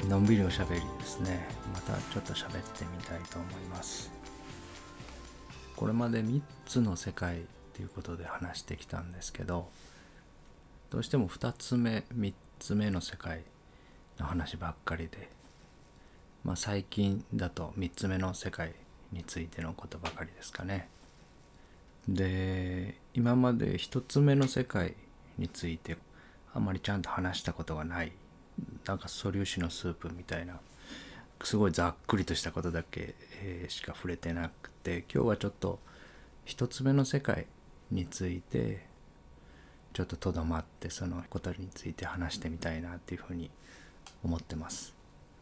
のんびりおしゃべりですね。またちょっと喋ってみたいと思います。これまで3つの世界ということで話してきたんですけど、どうしても2つ目3つ目の世界の話ばっかりで、最近だと3つ目の世界についてのことばかりですかね。で、今まで1つ目の世界についてあまりちゃんと話したことがない、なんか素粒子のスープみたいなすごいざっくりとしたことだけ、しか触れてなくて、今日はちょっと1つ目の世界についてちょっととどまってそのことについて話してみたいなっていうふうに思ってます。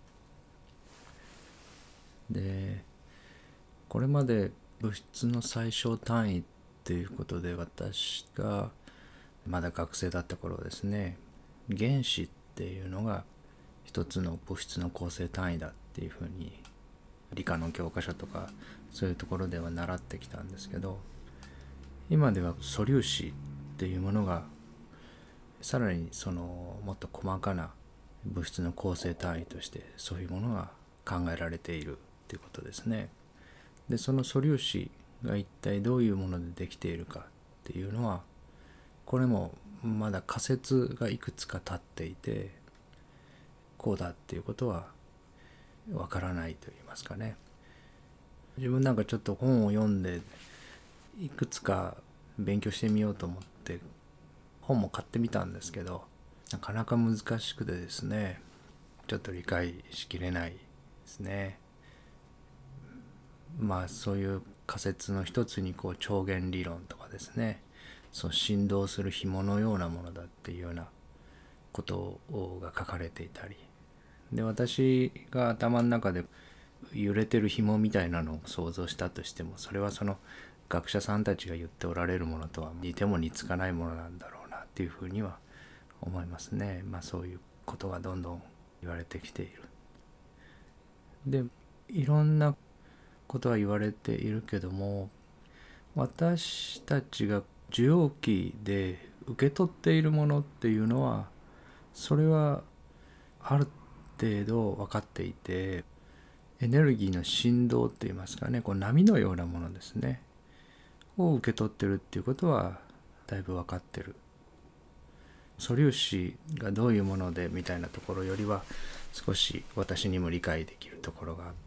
で、これまで物質の最小単位っていうことで、私がまだ学生だった頃ですね、原子っていうのが一つの物質の構成単位だっていうふうに理科の教科書とかそういうところでは習ってきたんですけど、今では素粒子っていうものがさらにそのもっと細かな物質の構成単位としてそういうものが考えられているっていうことですね。で、その素粒子が一体どういうものでできているかっていうのは、これもまだ仮説がいくつか立っていて、こうだっていうことはわからないと言いますかね。自分なんかちょっと本を読んでいくつか勉強してみようと思って本も買ってみたんですけど、なかなか難しくてですね、ちょっと理解しきれないですね。そういう仮説の一つに超弦理論とかですね、そう振動する紐のようなものだっていうようなことが書かれていたりで、私が頭の中で揺れてる紐みたいなのを想像したとしても、それはその学者さんたちが言っておられるものとは似ても似つかないものなんだろうなっていうふうには思いますね。そういうことがどんどん言われてきている。で、いろんなことは言われているけども、私たちが受容器で受け取っているものっていうのは、それはある程度分かっていて、エネルギーの振動って言いますかね、波のようなものですねを受け取ってるっていうことはだいぶ分かってる。素粒子がどういうものでみたいなところよりは少し私にも理解できるところがあって、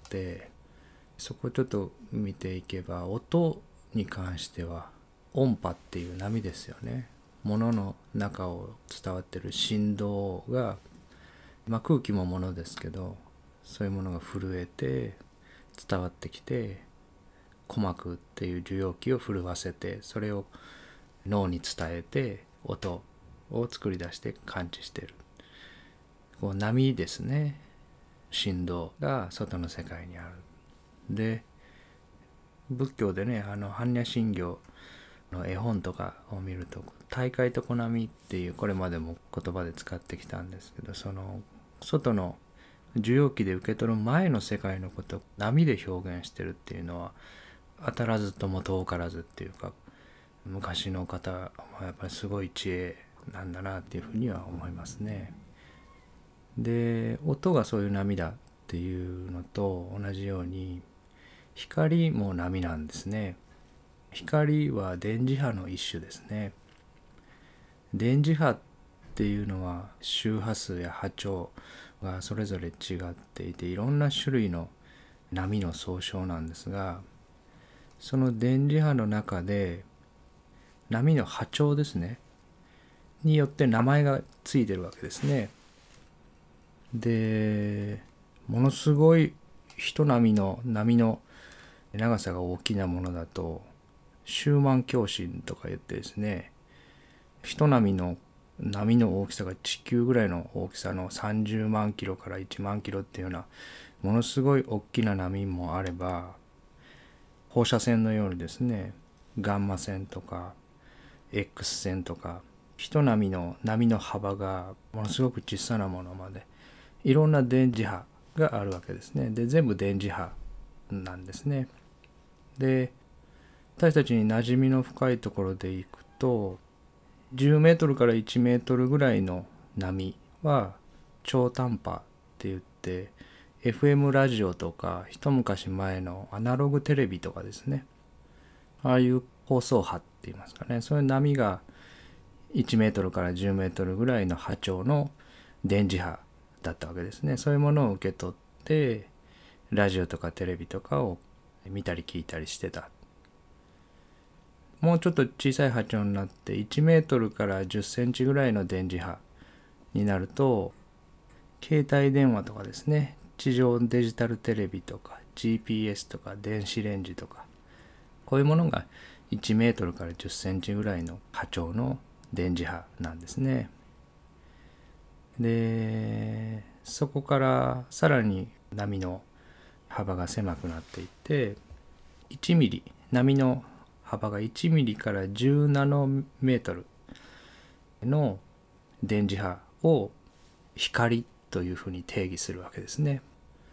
そこをちょっと見ていけば、音に関しては音波っていう波ですよね。物の中を伝わってる振動が、空気もものですけど、そういうものが震えて伝わってきて、鼓膜っていう受容器を震わせて、それを脳に伝えて音を作り出して感知している。波ですね。振動が外の世界にある。で、仏教でね、般若心経の絵本とかを見ると、大海と小波っていう、これまでも言葉で使ってきたんですけど、その外の受容器で受け取る前の世界のことを波で表現してるっていうのは、当たらずとも遠からずっていうか、昔の方はやっぱりすごい知恵なんだなっていうふうには思いますね。で、音がそういう波だっていうのと同じように、光も波なんですね。光は電磁波の一種ですね。電磁波っていうのは周波数や波長がそれぞれ違っていて、いろんな種類の波の総称なんですが、その電磁波の中で波の波長ですねによって名前がついてるわけですね。で、ものすごい一波の波の長さが大きなものだとシューマン共振とか言ってですね、一波の波の大きさが地球ぐらいの大きさの30万キロから1万キロっていうようなものすごい大きな波もあれば、放射線のようにですね、ガンマ線とか X 線とか、一波の波の幅がものすごく小さなものまでいろんな電磁波があるわけですね。で、全部電磁波なんですね。で、私たちに馴染みの深いところでいくと、10メートルから1メートルぐらいの波は超短波って言っ FM ラジオとか一昔前のアナログテレビとかですね、ああいう放送波って言いますかね、そういう波が1メートルから10メートルぐらいの波長の電磁波だったわけですね。そういうものを受け取ってラジオとかテレビとかを見たり聞いたりしてた。もうちょっと小さい波長になって1メートルから10センチぐらいの電磁波になると、携帯電話とかですね、地上デジタルテレビとか GPS とか電子レンジとか、こういうものが1メートルから10センチぐらいの波長の電磁波なんですね。で、そこからさらに波の幅が狭くなっていって1ミリ、波の幅が1ミリから10ナノメートルの電磁波を光というふうに定義するわけですね。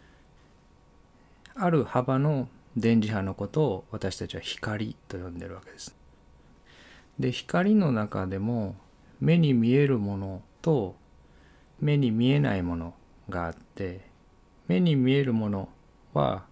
ある幅の電磁波のことを私たちは光と呼んでるわけです。で、光の中でも目に見えるものと目に見えないものがあって、目に見えるものは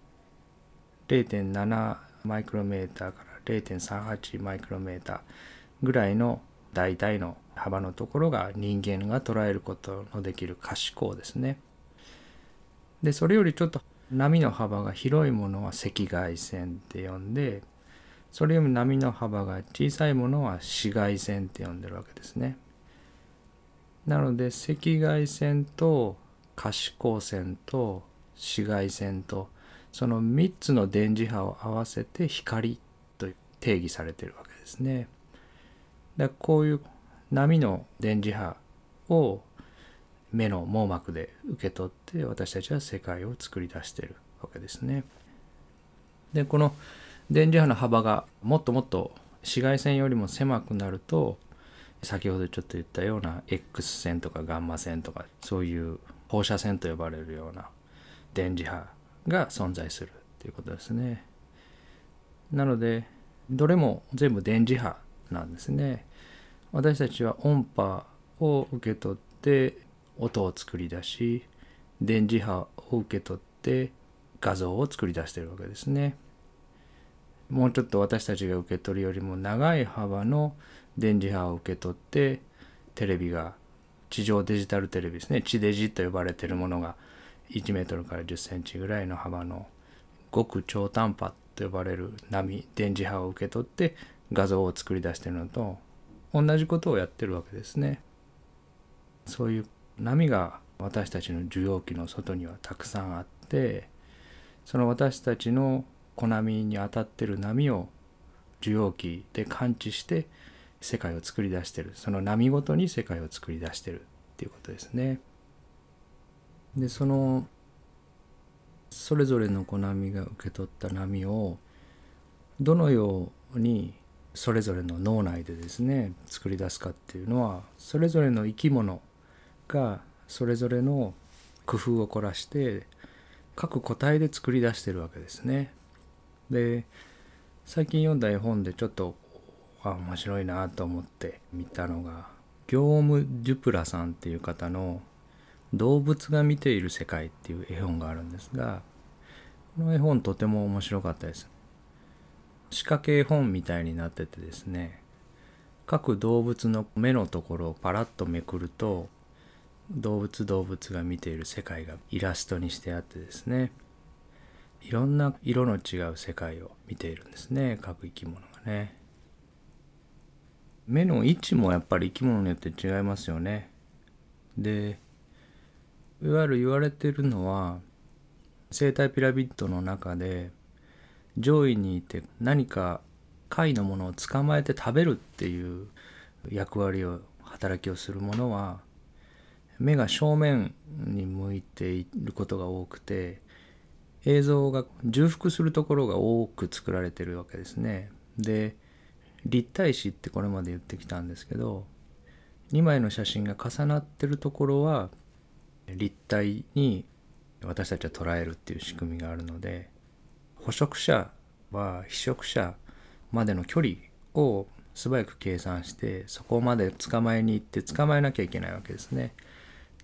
0.7 マイクロメーターから0.38 マイクロメーターぐらいの大体の幅のところが人間が捉えることのできる可視光ですね。で、それよりちょっと波の幅が広いものは赤外線って呼んで、それより波の幅が小さいものは紫外線って呼んでるわけですね。なので赤外線と可視光線と紫外線とその3つの電磁波を合わせて光と定義されているわけですね。だからこういう波の電磁波を目の網膜で受け取って私たちは世界を作り出しているわけですね。で、この電磁波の幅がもっともっと紫外線よりも狭くなると、先ほどちょっと言ったような X 線とかガンマ線とかそういう放射線と呼ばれるような電磁波が存在するということですね。なのでどれも全部電磁波なんですね。私たちは音波を受け取って音を作り出し、電磁波を受け取って画像を作り出しているわけですね。もうちょっと私たちが受け取るよりも長い幅の電磁波を受け取ってテレビが地上デジタルテレビですね、地デジと呼ばれているものが1メートルから10センチぐらいの幅の極超短波と呼ばれる電磁波を受け取って画像を作り出しているのと同じことをやってるわけですね。そういう波が私たちの受容器の外にはたくさんあって、その私たちの小波に当たっている波を受容器で感知して世界を作り出している、その波ごとに世界を作り出しているっていうことですね。で、それぞれの小波が受け取った波をどのようにそれぞれの脳内でですね作り出すかっていうのは、それぞれの生き物がそれぞれの工夫を凝らして各個体で作り出しているわけですね。で、最近読んだ絵本でちょっと面白いなと思って見たのが、ギョーム・デュプラさんっていう方の動物が見ている世界っていう絵本があるんですが、この絵本とても面白かったです。仕掛け絵本みたいになっててですね、各動物の目のところをパラッとめくると動物が見ている世界がイラストにしてあってですね、いろんな色の違う世界を見ているんですね、各生き物がね。目の位置もやっぱり生き物によって違いますよね。で、いわゆる言われているのは、生態ピラミッドの中で上位にいて何か貝のものを捕まえて食べるっていう働きをするものは目が正面に向いていることが多くて、映像が重複するところが多く作られているわけですね。で、立体視ってこれまで言ってきたんですけど、2枚の写真が重なってるところは立体に私たちは捉えるっていう仕組みがあるので、捕食者は被食者までの距離を素早く計算してそこまで捕まえに行って捕まえなきゃいけないわけですね。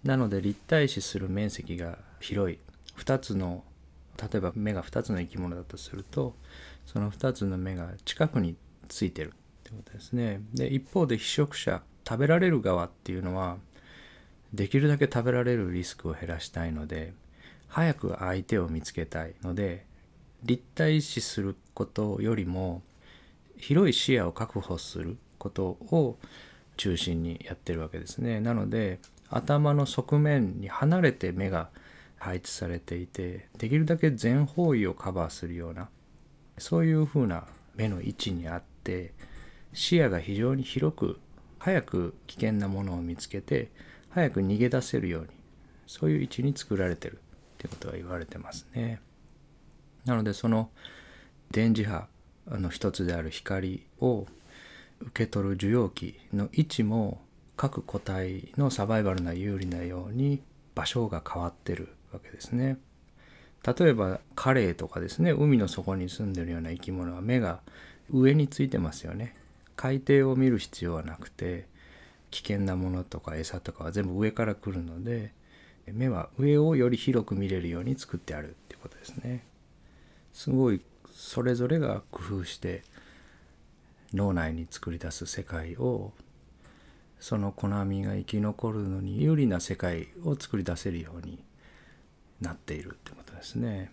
なので立体視する面積が広い。2つの、例えば目が2つの生き物だとすると、その2つの目が近くについてるってことですね。で、一方で被食者、食べられる側っていうのは、できるだけ食べられるリスクを減らしたいので、早く相手を見つけたいので、立体視することよりも広い視野を確保することを中心にやってるわけですね。なので頭の側面に離れて目が配置されていて、できるだけ全方位をカバーするような、そういうふうな目の位置にあって、視野が非常に広く、早く危険なものを見つけて早く逃げ出せるように、そういう位置に作られてるってことが言われてますね。なのでその電磁波の一つである光を受け取る受容器の位置も各個体のサバイバルな有利なように場所が変わってるわけですね。例えばカレイとかですね、海の底に住んでるような生き物は目が上についてますよね。海底を見る必要はなくて、危険なものとか餌とかは全部上から来るので、目は上をより広く見れるように作ってあるってことですね。すごいそれぞれが工夫して脳内に作り出す世界を、そのコナミが生き残るのに有利な世界を作り出せるようになっているってことですね。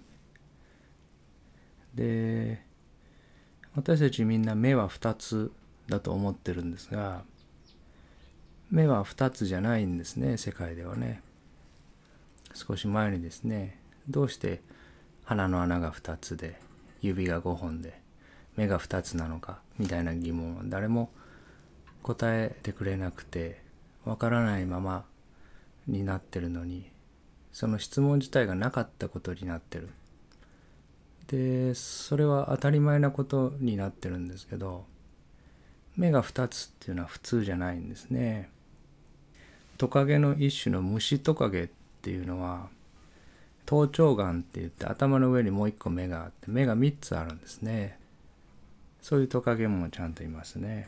で、私たちみんな目は2つだと思ってるんですが、目は2つじゃないんですね、世界ではね。少し前にですね、どうして鼻の穴が2つで指が5本で目が2つなのかみたいな疑問は誰も答えてくれなくて、わからないままになってるのに、その質問自体がなかったことになってる。で、それは当たり前なことになってるんですけど、目が2つっていうのは普通じゃないんですね。トカゲの一種のムシトカゲっていうのは、頭頂眼って言って頭の上にもう一個目があって、目が3つあるんですね。そういうトカゲもちゃんといますね。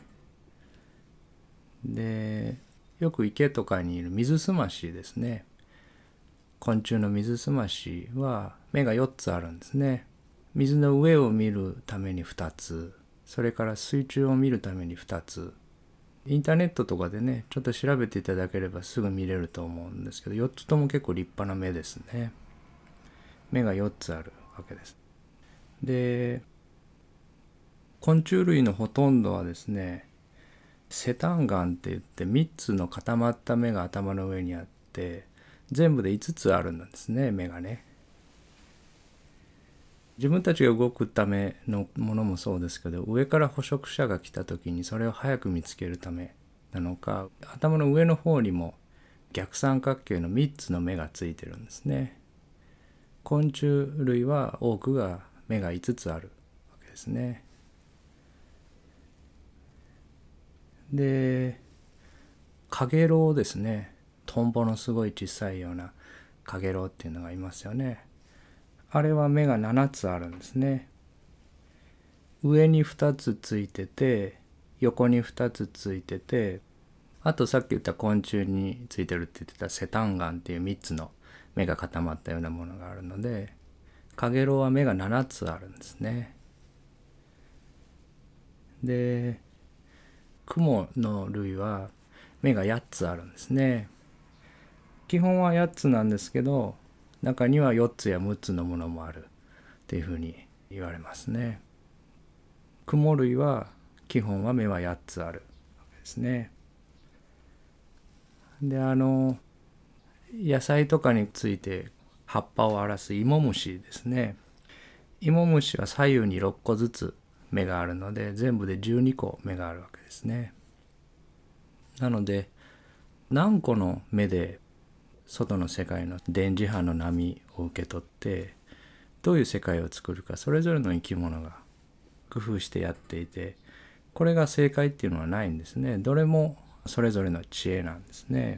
で、よく池とかにいる水すましですね。昆虫の水すましは目が4つあるんですね。水の上を見るために2つ、それから水中を見るために2つ。インターネットとかでね、ちょっと調べていただければすぐ見れると思うんですけど、4つとも結構立派な目ですね。目が4つあるわけです。で、昆虫類のほとんどはですね、セタンガンって言って3つの固まった目が頭の上にあって、全部で5つあるんですね、目がね。自分たちが動くためのものもそうですけど、上から捕食者が来た時にそれを早く見つけるためなのか、頭の上の方にも逆三角形の3つの目がついてるんですね。昆虫類は多くが目が5つあるわけですね。で、カゲロウですね。トンボのすごい小さいようなカゲロウっていうのがいますよね。あれは目が7つあるんですね。上に2つついてて、横に2つついてて、あとさっき言った昆虫についてるって言ってたセタンガンっていう3つの目が固まったようなものがあるので、カゲロウは目が7つあるんですね。で、クモの類は目が8つあるんですね。基本は8つなんですけど、中には4つや6つのものもあるっていうふうに言われますね。クモ類は基本は目は8つあるわけですね。で、野菜とかについて葉っぱを荒らすイモムシですね。イモムシは左右に6個ずつ目があるので、全部で12個目があるわけですね。なので、何個の目で外の世界の電磁波の波を受け取ってどういう世界を作るか、それぞれの生き物が工夫してやっていて、これが正解っていうのはないんですね。どれもそれぞれの知恵なんですね。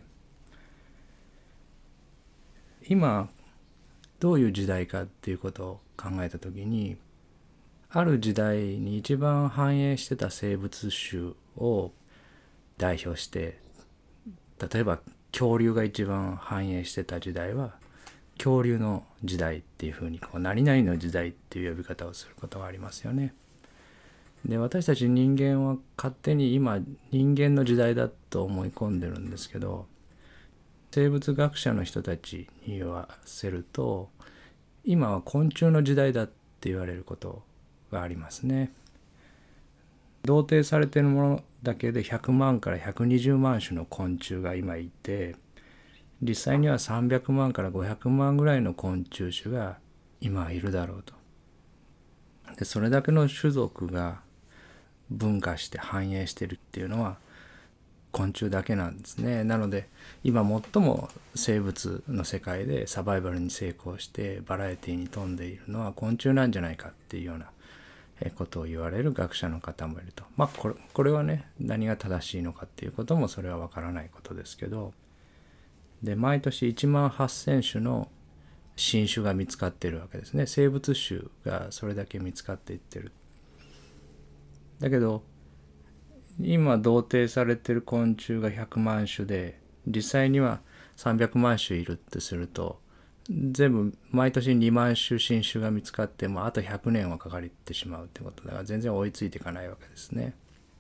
今どういう時代かっていうことを考えたときに、ある時代に一番繁栄してた生物種を代表して、例えば恐竜が一番繁栄してた時代は恐竜の時代っていうふうに何々の時代っていう呼び方をすることがありますよね。で、私たち人間は勝手に今人間の時代だと思い込んでるんですけど、生物学者の人たちに言わせると今は昆虫の時代だって言われることがありますね。同定されているものだけで100万から120万種の昆虫が今いて、実際には300万から500万ぐらいの昆虫種が今いるだろうと。で、それだけの種族が分化して繁栄してるっていうのは昆虫だけなんですね。なので今最も生物の世界でサバイバルに成功してバラエティに富んでいるのは昆虫なんじゃないかっていうようなことを言われる学者の方もいると。これはね、何が正しいのかっていうこともそれは分からないことですけど、で、毎年1万8,000種の新種が見つかっているわけですね。生物種がそれだけ見つかっていってる。だけど今同定されている昆虫が100万種で実際には300万種いるってすると、全部毎年2万種新種が見つかってもあと100年はかかってしまうってことだから全然追いついていかないわけですね。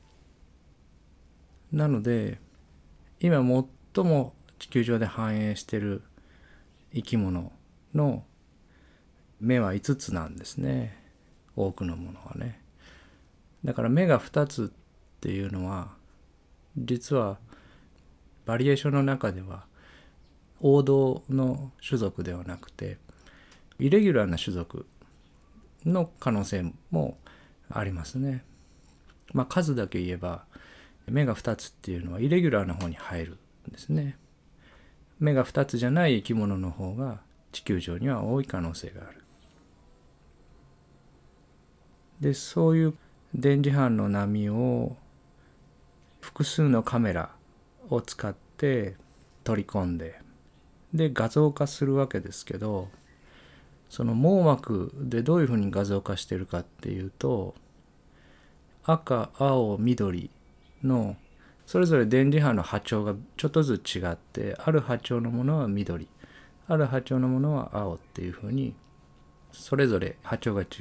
なので今最も地球上で繁栄している生き物の目は5つなんですね。多くのものはね。だから目が2つっていうのは実はバリエーションの中では王道の種族ではなくてイレギュラーな種族の可能性もありますね。数だけ言えば目が2つっていうのはイレギュラーな方に入るんですね。目が2つじゃない生き物の方が地球上には多い可能性がある。で、そういう電磁波の波を複数のカメラを使って取り込んで、で画像化するわけですけど、その網膜でどういうふうに画像化しているかっていうと、赤、青、緑のそれぞれ電磁波の波長がちょっとずつ違って、ある波長のものは緑、ある波長のものは青っていうふうにそれぞれ波長が違って、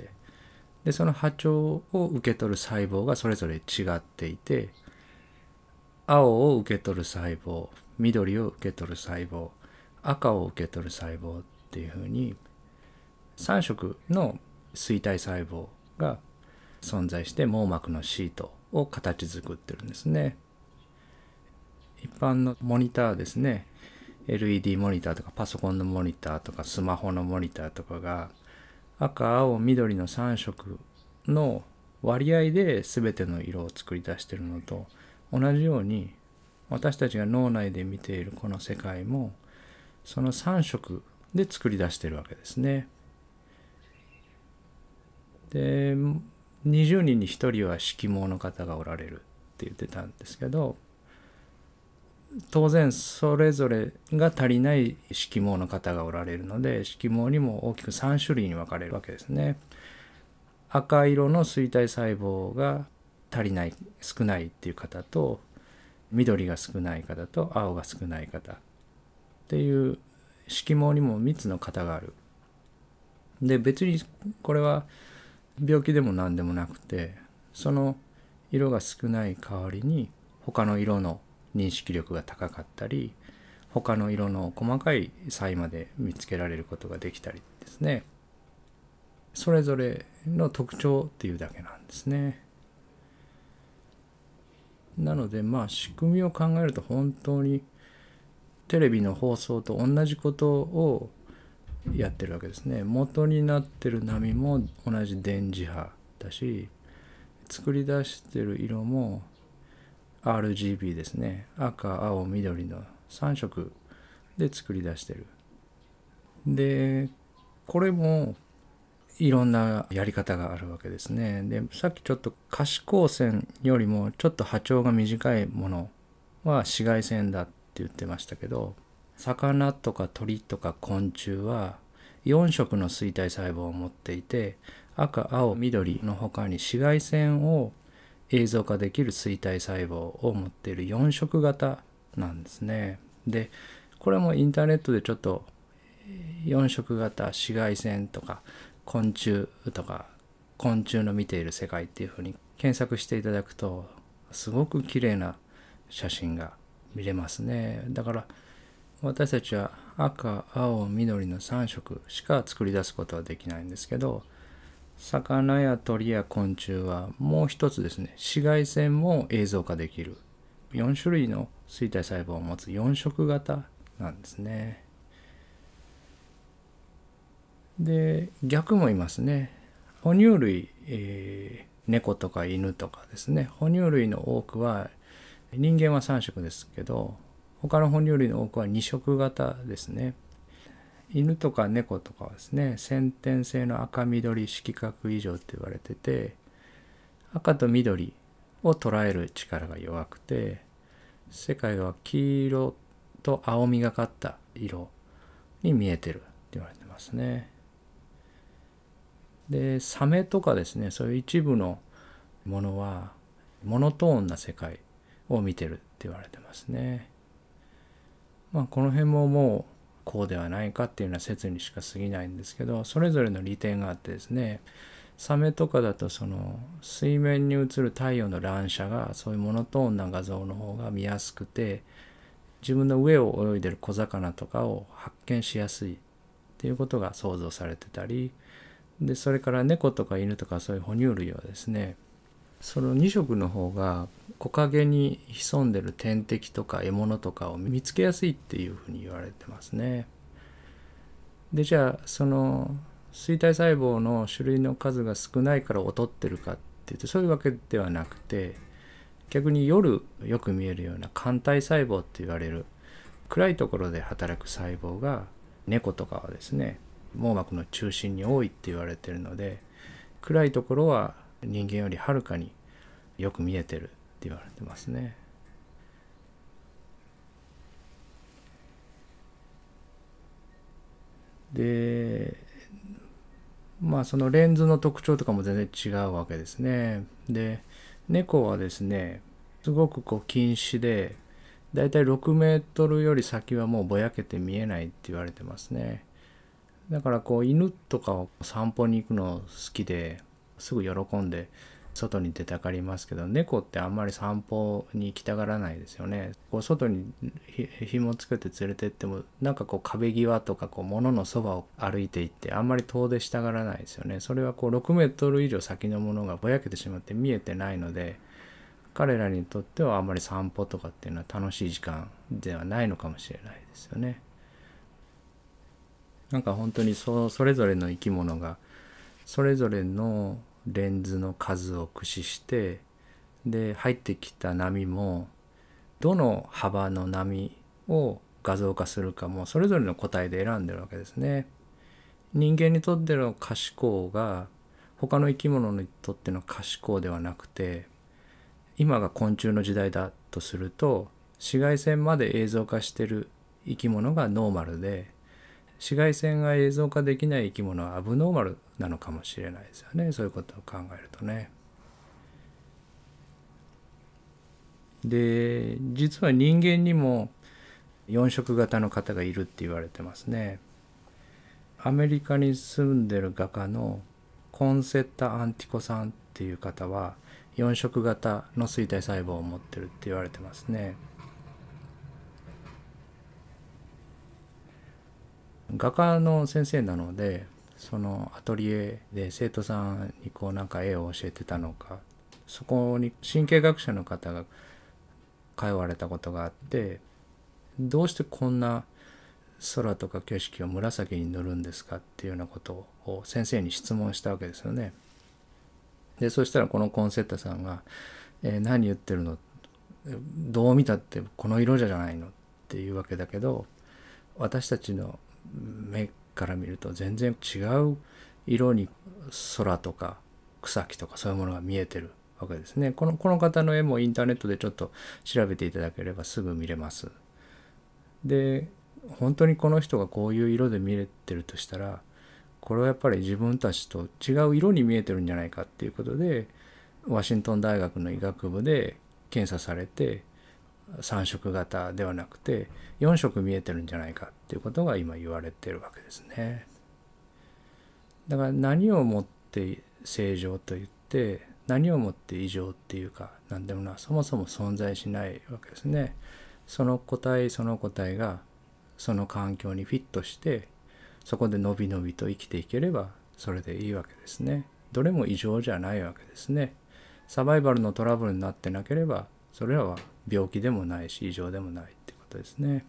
でその波長を受け取る細胞がそれぞれ違っていて、青を受け取る細胞、緑を受け取る細胞、赤を受け取る細胞っていうふうに3色の錐体細胞が存在して網膜のシートを形作ってるんですね。一般のモニターですね、 LED モニターとかパソコンのモニターとかスマホのモニターとかが赤、青、緑の3色の割合で全ての色を作り出しているのと同じように、私たちが脳内で見ているこの世界もその3色で作り出しているわけですね。で、20人に1人は色盲の方がおられるって言ってたんですけど、当然それぞれが足りない色盲の方がおられるので、色盲にも大きく3種類に分かれるわけですね。赤色の錐体細胞が足りない、少ないっていう方と、緑が少ない方と青が少ない方っていう色盲にも3つの型がある。で、別にこれは病気でも何でもなくて、その色が少ない代わりに他の色の認識力が高かったり、他の色の細かい差異まで見つけられることができたりですね。それぞれの特徴っていうだけなんですね。なので仕組みを考えると本当にテレビの放送と同じことをやってるわけですね。元になってる波も同じ電磁波だし、作り出してる色も RGB ですね。赤、青、緑の3色で作り出してる。で、これもいろんなやり方があるわけですね。で、さっきちょっと可視光線よりもちょっと波長が短いものは紫外線だって言ってましたけど、魚とか鳥とか昆虫は4色の錐体細胞を持っていて、赤、青、緑の他に紫外線を映像化できる錐体細胞を持っている4色型なんですね。 でこれもインターネットでちょっと4色型紫外線とか昆虫とか昆虫の見ている世界っていうふうに検索していただくとすごく綺麗な写真が見れますね。だから私たちは赤、青、緑の3色しか作り出すことはできないんですけど、魚や鳥や昆虫はもう一つですね、紫外線も映像化できる4種類の錐体細胞を持つ4色型なんですね。で逆もいますね。哺乳類、猫とか犬とかですね、哺乳類の多くは人間は3色ですけど他の哺乳類の多くは2色型ですね。犬とか猫とかはですね、先天性の赤緑色覚異常って言われてて、赤と緑を捉える力が弱くて、世界は黄色と青みがかった色に見えてるって言われてますね。でサメとかですね、そういう一部のものはモノトーンな世界を見てるって言われてますね。この辺ももうこうではないかっていうような説にしか過ぎないんですけど、それぞれの利点があってですね、サメとかだとその水面に映る太陽の乱射がそういうモノトーンな画像の方が見やすくて、自分の上を泳いでる小魚とかを発見しやすいっていうことが想像されてたり、でそれから猫とか犬とかそういう哺乳類はですね、その2色の方が木陰に潜んでる天敵とか獲物とかを見つけやすいっていうふうに言われてますね。でじゃあその錐体細胞の種類の数が少ないから劣ってるかっていうとそういうわけではなくて、逆に夜よく見えるような肝体細胞って言われる暗いところで働く細胞が猫とかはですね網膜の中心に多いって言われているので、暗いところは人間よりはるかによく見えてるって言われてますね。でそのレンズの特徴とかも全然違うわけですね。で猫はですねすごく近視でだいたい6メートルより先はもうぼやけて見えないって言われてますね。だから犬とかを散歩に行くの好きですぐ喜んで外に出たがりますけど、猫ってあんまり散歩に行きたがらないですよね。外に紐つけて連れてってもなんか壁際とか物のそばを歩いていってあんまり遠出したがらないですよね。それは6メートル以上先のものがぼやけてしまって見えてないので、彼らにとってはあんまり散歩とかっていうのは楽しい時間ではないのかもしれないですよね。なんか本当にそれぞれの生き物がそれぞれのレンズの数を駆使して、で入ってきた波もどの幅の波を画像化するかもそれぞれの個体で選んでるわけですね。人間にとっての可視光が他の生き物にとっての可視光ではなくて、今が昆虫の時代だとすると紫外線まで映像化してる生き物がノーマルで、紫外線が映像化できない生き物はアブノーマルなのかもしれないですよね。そういうことを考えるとね。で実は人間にも4色型の方がいるって言われてますね。アメリカに住んでる画家のコンセッタ・アンティコさんっていう方は4色型の錐体細胞を持ってるって言われてますね。画家の先生なのでそのアトリエで生徒さんになんか絵を教えてたのか、そこに神経学者の方が通われたことがあって、どうしてこんな空とか景色を紫に塗るんですかっていうようなことを先生に質問したわけですよね。でそしたらこのコンセッタさんが何言ってるの、どう見たってこの色じゃないのっていうわけだけど、私たちの目から見ると全然違う色に空とか草木とかそういうものが見えてるわけですね。この方の絵もインターネットでちょっと調べていただければすぐ見れます。で本当にこの人がこういう色で見えてるとしたら、これはやっぱり自分たちと違う色に見えてるんじゃないかっていうことでワシントン大学の医学部で検査されて、 3色型ではなくて4色見えてるんじゃないかっていうことが今言われてるわけですね。だから何をもって正常と言って何をもって異常っていうか何でもなそもそも存在しないわけですね。その個体その個体がその環境にフィットしてそこでのびのびと生きていければそれでいいわけですね。どれも異常じゃないわけですね。サバイバルのトラブルになってなければそれらは病気でもないし異常でもないってことですね。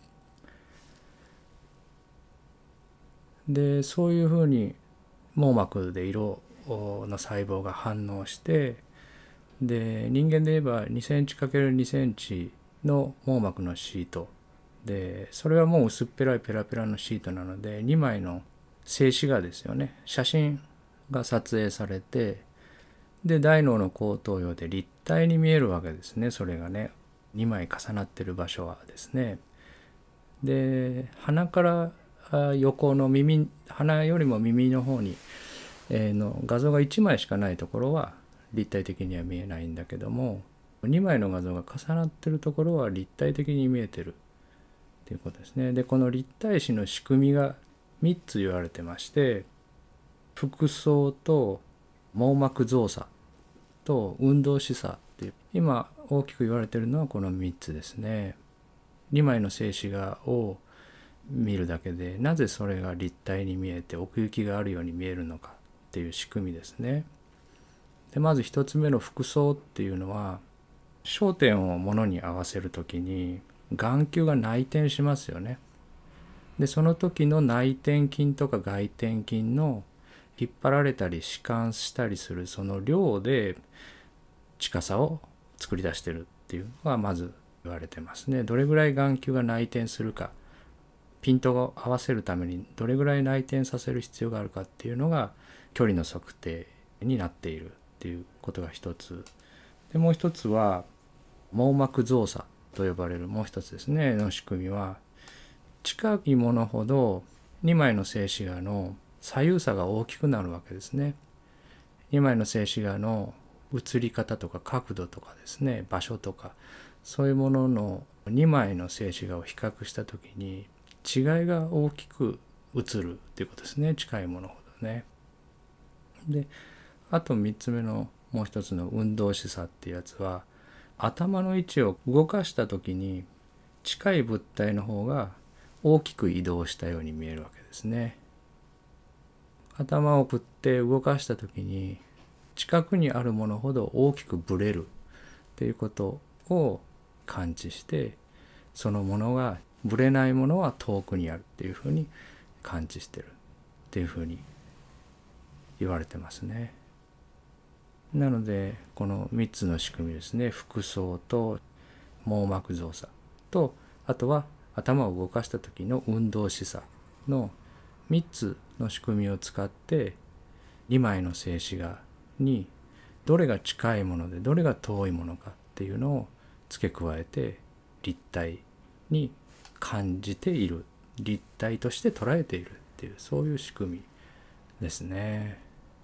でそういうふうに網膜で色の細胞が反応してで人間で言えば2センチ ×2 センチの網膜のシートでそれはもう薄っぺらいペラペラのシートなので2枚の静止画ですよね写真が撮影されてで大脳の後頭葉で立体に見えるわけですね。それがね2枚重なってる場所はですね。で鼻から横の耳鼻よりも耳の方にの画像が1枚しかないところは立体的には見えないんだけども2枚の画像が重なってるところは立体的に見えてるっていうことですね。でこの立体視の仕組みが3つ言われてまして服装と網膜造作と運動視差っていう今大きく言われてるのはこの3つですね。2枚の静止画を見るだけでなぜそれが立体に見えて奥行きがあるように見えるのかっていう仕組みですね。でまず一つ目の服装っていうのは焦点を物に合わせるときに眼球が内転しますよね。でその時の内転筋とか外転筋の引っ張られたり弛緩したりするその量で近さを作り出してるっていうのがまず言われてますね。どれぐらい眼球が内転するかピントを合わせるためにどれぐらい内転させる必要があるかっていうのが距離の測定になっているっていうことが一つでもう一つは網膜造作と呼ばれるもう一つですねの仕組みは近いものほど2枚の静止画の左右差が大きくなるわけですね。2枚の静止画の映り方とか角度とかですね場所とかそういうものの2枚の静止画を比較した時に違いが大きく映るということですね。近いものほどね。であと3つ目のもう一つの運動視差っていうやつは頭の位置を動かした時に近い物体の方が大きく移動したように見えるわけですね。頭を振って動かした時に近くにあるものほど大きくぶれるっていうことを感知してそのものがぶれないものは遠くにあるっていうふうに感知してるっていうふうに言われてますね。なのでこの3つの仕組みですね服装と網膜造作とあとは頭を動かした時の運動視差の3つの仕組みを使って2枚の静止画にどれが近いものでどれが遠いものかっていうのを付け加えて立体に感じている立体として捉えているっていうそういう仕組みですね。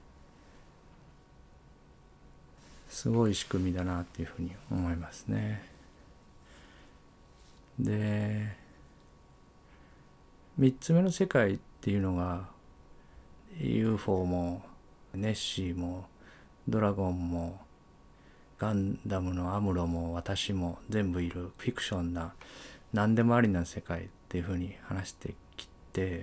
すごい仕組みだなっていうふうに思いますね。で3つ目の世界っていうのが UFO もネッシーもドラゴンもガンダムのアムロも私も全部いるフィクションな何でもありな世界っていうふうに話してきて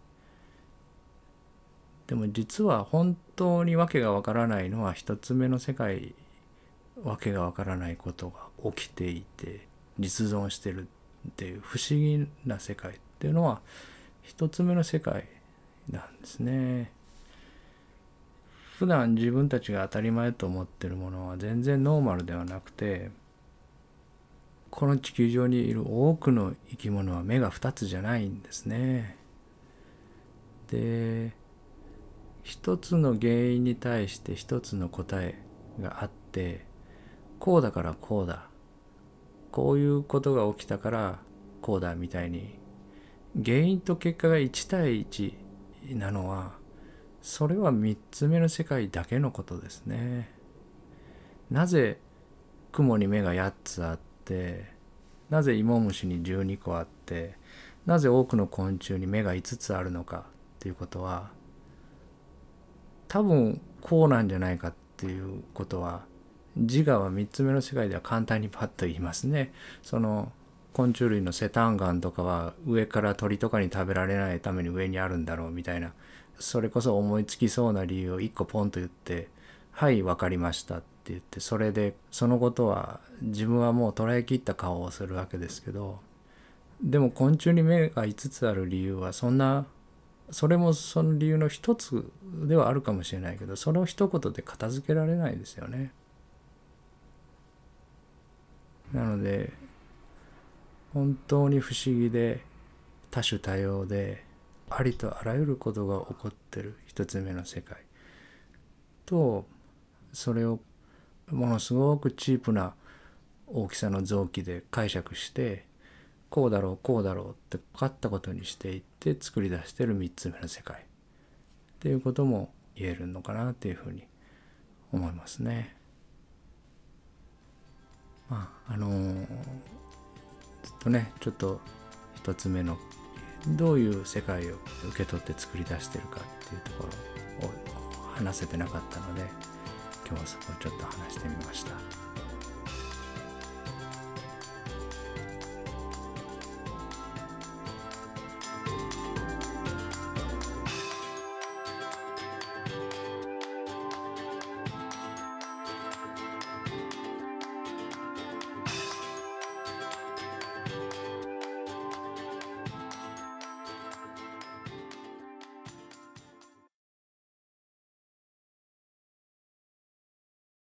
でも実は本当にわけがわからないのは一つ目の世界わけがわからないことが起きていて実存してるっていう不思議な世界っていうのは一つ目の世界なんですね。普段自分たちが当たり前と思ってるものは全然ノーマルではなくてこの地球上にいる多くの生き物は目が2つじゃないんですね。で一つの原因に対して一つの答えがあってこうだからこうだこういうことが起きたからこうだみたいに原因と結果が1対1なのはそれは3つ目の世界だけのことですね。なぜ雲に目が8つあってなぜ芋虫に12個あって、なぜ多くの昆虫に目が5つあるのかっていうことは、多分こうなんじゃないかっていうことは、自我は3つ目の世界では簡単にパッと言いますね。その昆虫類のセタンガンとかは上から鳥とかに食べられないために上にあるんだろうみたいな、それこそ思いつきそうな理由を1個ポンと言って、はい分かりましたって言って、それでそのことは自分はもう捉えきった顔をするわけですけど、でも昆虫に目が5つある理由はそれもその理由の一つではあるかもしれないけど、それを一言で片付けられないですよね。なので本当に不思議で多種多様で、ありとあらゆることが起こってる一つ目の世界と、それをものすごくチープな大きさの臓器で解釈して、こうだろうこうだろうって分かったことにしていって作り出してる3つ目の世界っていうことも言えるのかなっていうふうに思いますね。ずっとね、ちょっと一つ目のどういう世界を受け取って作り出してるかっていうところを話せてなかったので、今日はそこをちょっと話してみました。